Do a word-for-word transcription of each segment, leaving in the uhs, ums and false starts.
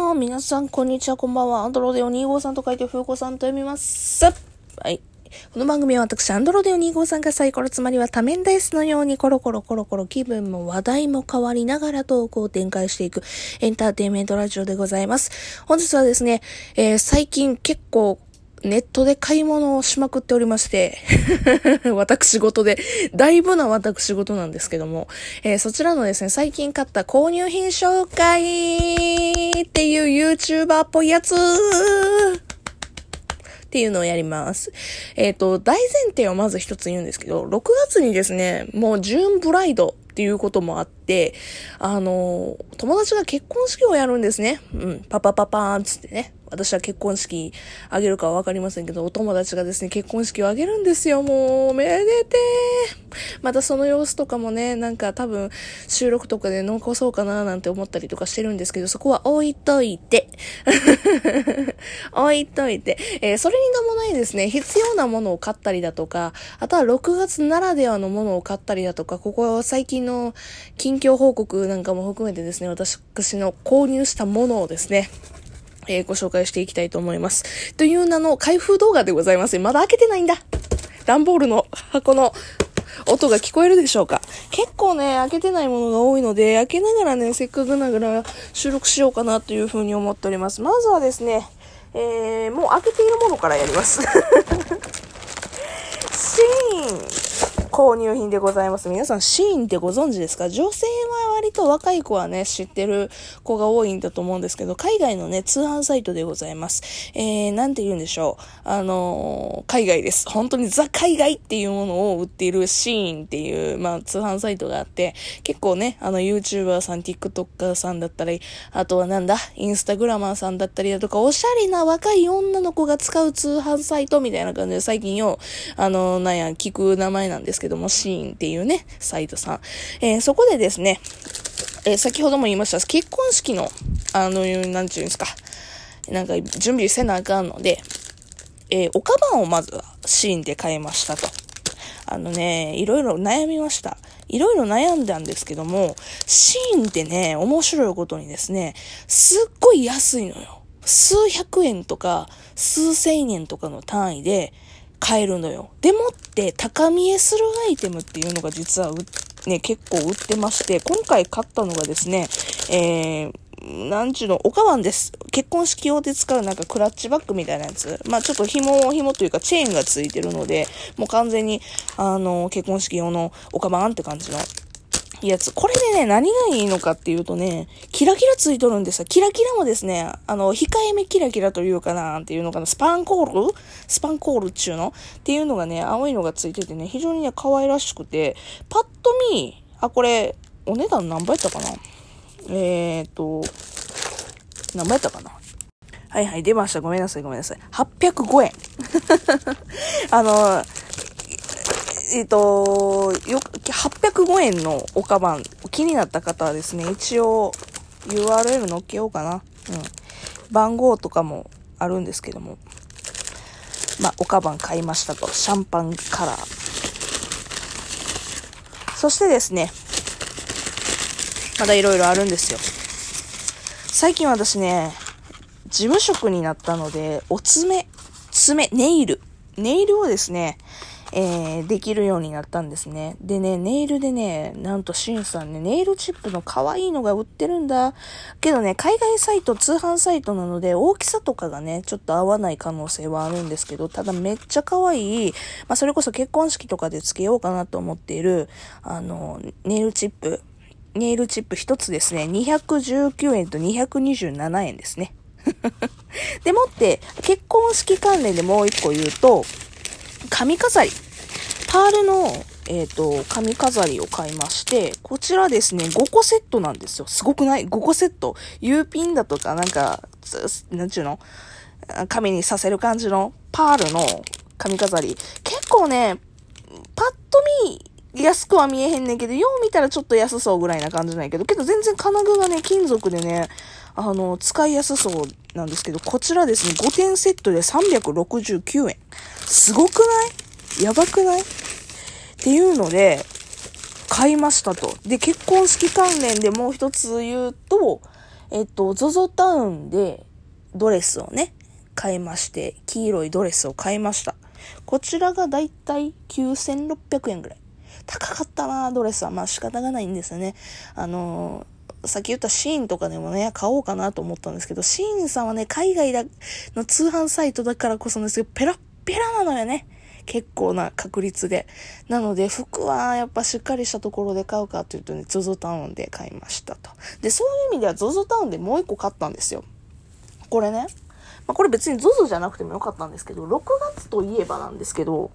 は、皆さん、こんにちは、こんばんは。アンドロデオにじゅうごさんと書いて、ふうこさんと読みます。はい。この番組は私、アンドロデオにじゅうごさんがサイコロ、つまりは多面ダイスのように、コロコロコロコロ気分も話題も変わりながらトークを展開していくエンターテインメントラジオでございます。本日はですね、えー、最近結構、ネットで買い物をしまくっておりまして、私事で、だいぶな私事なんですけども、えー、そちらのですね、最近買った購入品紹介っていう YouTuber っぽいやつっていうのをやります。えっと、大前提をまず一つ言うんですけど、ろくがつにですね、もうジューンブライドっていうこともあって、あの、友達が結婚式をやるんですね。うん、パパパパーンつってね。私は結婚式あげるかはわかりませんけど、お友達がですね、結婚式をあげるんですよ。もう、めでてー。またその様子とかもね、なんか多分収録とかで残そうかななんて思ったりとかしてるんですけど、そこは置いといて。置いといて。えー、それに伴いですね、必要なものを買ったりだとか、あとはろくがつならではのものを買ったりだとか、ここ最近の近況報告なんかも含めてですね、私の購入したものをですね、えー、ご紹介していきたいと思います。という名の開封動画でございます。まだ開けてないんだ。段ボールの箱の音が聞こえるでしょうか。結構ね、開けてないものが多いので、開けながらね、せっかくながら収録しようかなというふうに思っております。まずはですね、えー、もう開けているものからやります。シーン購入品でございます。皆さん、シーンってご存知ですか？女性は割と若い子はね、知ってる子が多いんだと思うんですけど、海外のね、通販サイトでございます。えー、なんて言うんでしょう。あのー、海外です。本当にザ海外っていうものを売っているシーンっていう、まあ、通販サイトがあって、結構ね、あの、YouTuber さん、TikToker さんだったり、あとはなんだ、インスタグラマーさんだったりだとか、おしゃれな若い女の子が使う通販サイトみたいな感じで、最近よ、あのー、なんや、聞く名前なんですけども、シーンっていうね、サイトさん。えー、そこでですね、えー、先ほども言いました、結婚式の、あの、なんちゅうんですか、なんか準備せなあかんので、えー、おカバンをまずはシーンで買いましたと。あのね、いろいろ悩みました。いろいろ悩んだんですけども、シーンってね、面白いことにですね、すっごい安いのよ。数百円とか、数千円とかの単位で買えるのよ。でもって高見えするアイテムっていうのが実はね、結構売ってまして、今回買ったのがですね、えー、なんちゅうの、おかばんです。結婚式用で使うなんかクラッチバッグみたいなやつ。まあちょっと紐、紐というかチェーンがついてるので、もう完全に、あの、結婚式用のおかばんって感じのやつ。これでね、何がいいのかっていうとね、キラキラついとるんですよ。キラキラもですね、あの、控えめキラキラというかなっていうのかな、スパンコールスパンコールっちゅうのっていうのがね、青いのがついててね、非常にね、可愛らしくて、パッと見、あ、これ、お値段何倍やったかなえーと、何倍やったかなはいはい、出ました。ごめんなさい、ごめんなさい。はっぴゃくごえん。あの、えっと、よ、はっぴゃくごえんのおかばん、気になった方はですね、一応 ユーアールエル 載っけようかな。うん。番号とかもあるんですけども。まあ、おかばん買いましたと。シャンパンカラー。そしてですね、まだいろいろあるんですよ。最近私ね、事務職になったので、お爪、爪、ネイル。ネイルをですね、えー、できるようになったんですね。でね、ネイルでね、なんとシンさんね、ネイルチップの可愛いのが売ってるんだ。けどね、海外サイト、通販サイトなので、大きさとかがね、ちょっと合わない可能性はあるんですけど、ただめっちゃ可愛い、まあ、それこそ結婚式とかでつけようかなと思っている、あの、ネイルチップ。ネイルチップ一つですね、にひゃくじゅうきゅうえんとにひゃくにじゅうななえんですね。でもって、結婚式関連でもう一個言うと、髪飾り。パールの、えっと、髪飾りを買いまして、こちらですね、ごこセットなんですよ。すごくない？ ご 個セット。U ピンだとか、なんか、なんちゅうの？髪にさせる感じのパールの髪飾り。結構ね、パッと見、安くは見えへんねんけど、よう見たらちょっと安そうぐらいな感じなんやけど、けど全然金具がね、金属でね、あの、使いやすそうなんですけど、こちらですね、ごてんセットでさんびゃくろくじゅうきゅうえん。すごくない？やばくない？っていうので、買いましたと。で、結婚式関連でもう一つ言うと、 えっと、ゾゾタウンでドレスをね、買いまして、黄色いドレスを買いました。こちらがだいたいきゅうせんろっぴゃくえんぐらい。高かったな、ドレスは。まあ仕方がないんですよね。あのー、さっき言ったシーンとかでもね、買おうかなと思ったんですけど、シーンさんはね、海外だの通販サイトだからこそですけど、ペラッペラなのよね。結構な確率で。なので、服はやっぱしっかりしたところで買うかというとね、ゾゾタウンで買いましたと。で、そういう意味では ゾゾタウンでもう一個買ったんですよ。これね。まあ、これ別に ゾゾ じゃなくてもよかったんですけど、ろくがつといえばなんですけど、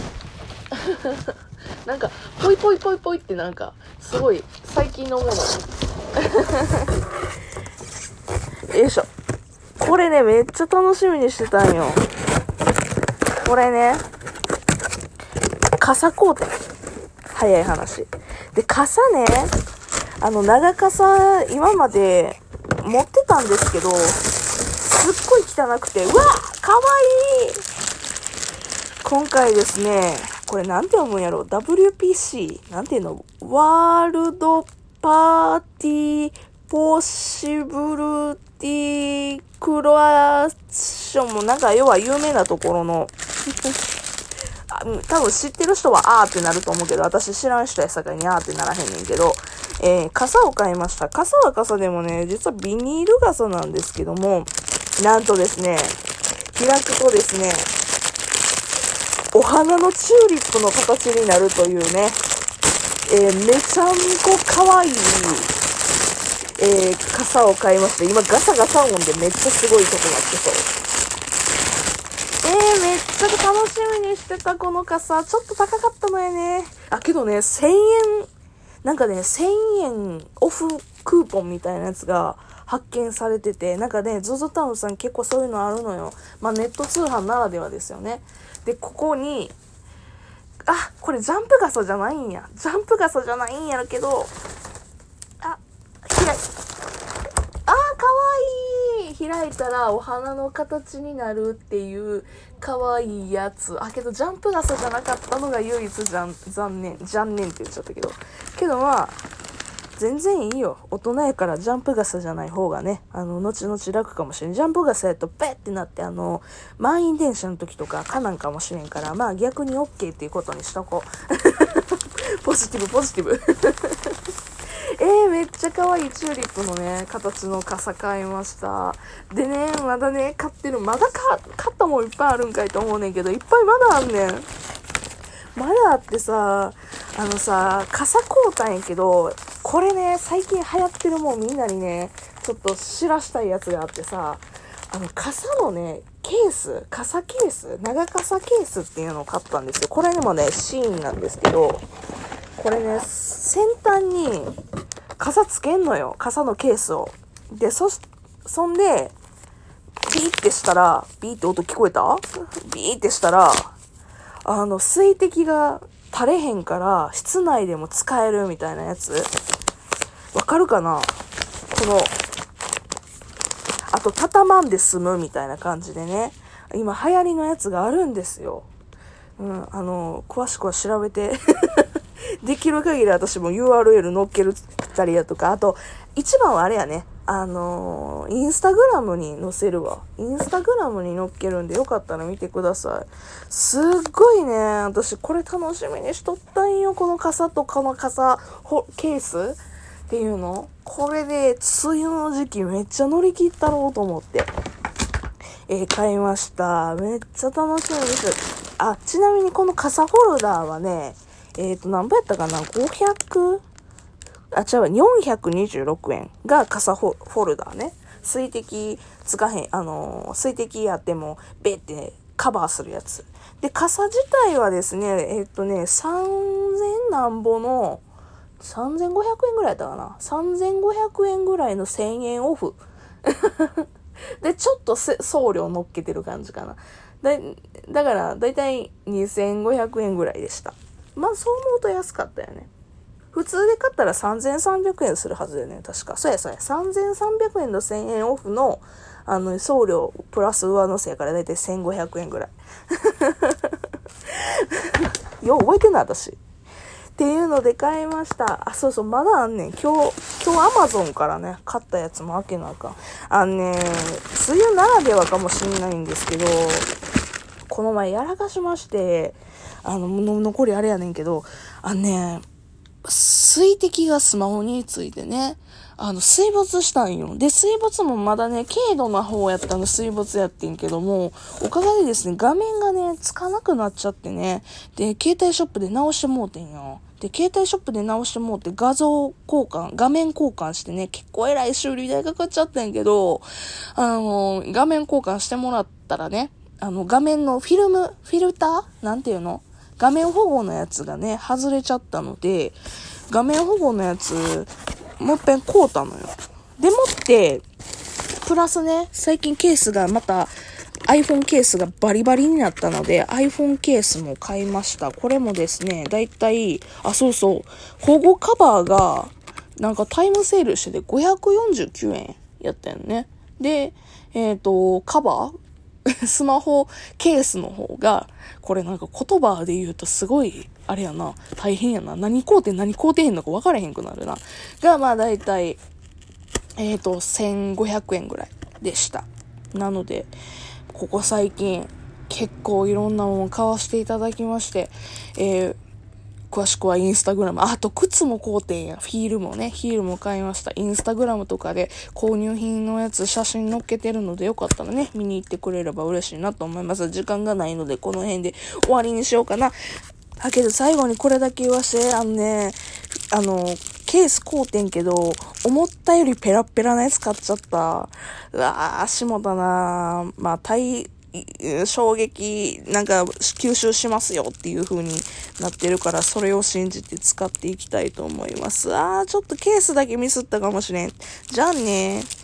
なんか、ポイポイポイポイってなんか、すごい最近のもの。よいしょ。これね、めっちゃ楽しみにしてたんよ。これね、傘買うてん。早い話。で、傘ね、あの、長傘、今まで持ってたんですけど、すっごい汚くて、うわかわいい今回ですね、これなんて読むんやろ ?ダブリューピーシー? なんていうのワールドパーティーポッシブルティークロアッションもなんか要は有名なところの多分知ってる人はあーってなると思うけど、私知らん人やさかいにあーってならへんねんけど、えー、傘を買いました。傘は傘でもね、実はビニール傘なんですけども、なんとですね、開くとですね、お花のチューリップの形になるというね、えー、めちゃんこかわいい、えー、傘を買いました。今ガサガサ音でめっちゃすごいとこなってそう。えー、めっちゃ楽しみにしてたこの傘。ちょっと高かったのよね。あ、けどね、せんえん、なんかね、せんえんオフクーポンみたいなやつが発見されてて、なんかね、ゾゾタウンさん結構そういうのあるのよ。まあネット通販ならではですよね。で、ここに、あ、これジャンプ傘じゃないんや。ジャンプ傘じゃないんやろけど、あ、開い、あー、かわいい開いたらお花の形になるっていうかわいいやつ。あ、けどジャンプ傘じゃなかったのが唯一じゃん、残念。残念って言っちゃったけど。けどまあ、全然いいよ。大人やからジャンプ傘じゃない方がね、あの、後々楽かもしれん。ジャンプ傘やとペッってなって、あの、満員電車の時とかかなんかもしれんから、まあ逆に OK っていうことにしとこう。ポジティブ、ポジティブ。えー、めっちゃ可愛いチューリップのね、形の傘買いました。でね、まだね、買ってる、まだか買ったもんいっぱいあるんかいと思うねんけど、いっぱいまだあんねん。まだあってさ、あのさ、傘買うたんやけど、これね、最近流行ってるもんみんなにね、ちょっと知らしたいやつがあってさ、あの、傘のね、ケース、傘ケース、長傘ケースっていうのを買ったんですよ。これでもね、シーンなんですけど、これね、先端に傘つけんのよ。傘のケースを。で、そし、そんで、ビーってしたら、ビーって音聞こえた？ビーってしたら、あの、水滴が垂れへんから、室内でも使えるみたいなやつ。わかるかな？この、あと、畳まんで済むみたいな感じでね。今、流行りのやつがあるんですよ。うん、あの、詳しくは調べて。できる限り私も ユーアールエル 載っけるたりだとか、あと、一番はあれやね。あのー、インスタグラムに載せるわ。インスタグラムに載っけるんでよかったら見てください。すっごいね、私これ楽しみにしとったんよ。この傘とこの傘、ほケースっていうの。これで、梅雨の時期めっちゃ乗り切ったろうと思って。えー、買いました。めっちゃ楽しみです。あ、ちなみにこの傘ホルダーはね、えっと、何ぼやったかな ?ごひゃく? あ、違う、よんひゃくにじゅうろくえんが傘フォルダーね。水滴つかへん、あのー、水滴やっても、べってカバーするやつ。で、傘自体はですね、えっとね、さんぜんなんぼの、さんぜんごひゃくえんぐらいやったかな ?さんぜんごひゃくえんぐらいのせんえんオフ。で、ちょっと送料乗っけてる感じかな。だ、だから、だいたいにせんごひゃくえんぐらいでした。まあ、そう思うと安かったよね。普通で買ったらさんぜんさんびゃくえんするはずだよね、確か。そうやそうや。さんぜんさんびゃくえんのせんえんオフの、あの、送料プラス上乗せやからだいたいせんごひゃくえんぐらい。よう覚えてんな、私。 っていうので買いました。あ、そうそう、まだあんねん。今日、今日アマゾンからね、買ったやつも開けなあかん。あんね、梅雨ならではかもしんないんですけど、この前やらかしまして、あの、の残りあれやねんけど、あのね、水滴がスマホについてね、あの、水没したんよ。で、水没もまだね、軽度な方やったの水没やってんけども、おかげでですね、画面がね、つかなくなっちゃってね、で、携帯ショップで直してもうてんよ。で、携帯ショップで直してもうて画像交換、画面交換してね、結構えらい修理代かかっちゃったんやけど、あの、画面交換してもらったらね、あの、画面のフィルム、フィルターなんていうの？画面保護のやつがね、外れちゃったので、画面保護のやつ、もう一遍買うたのよ。でもって、プラスね、最近ケースがまた、iPhone ケースがバリバリになったので、iPhone ケースも買いました。これもですね、だいたい、あ、そうそう、保護カバーが、なんかタイムセールしててごひゃくよんじゅうきゅうえんやったよね。で、えっと、カバースマホケースの方が、これなんか言葉で言うとすごい、あれやな、大変やな。何買うて何買うてへんのか分からへんくなるな。が、まあだいたい、えっと、せんごひゃくえんぐらいでした。なので、ここ最近、結構いろんなもの買わせていただきまして、えー、詳しくはインスタグラム、あと靴も買うてんや、ヒールもね、ヒールも買いました。インスタグラムとかで購入品のやつ写真載っけてるのでよかったらね、見に行ってくれれば嬉しいなと思います。時間がないのでこの辺で終わりにしようかな。だけど最後にこれだけ言わして、あのね、あの、ケース買うてんけど、思ったよりペラペラなやつ買っちゃった。うわー、しもたなー。まあ、大、衝撃、なんか、吸収しますよっていう風になってるから、それを信じて使っていきたいと思います。あー、ちょっとケースだけミスったかもしれん。じゃあねー。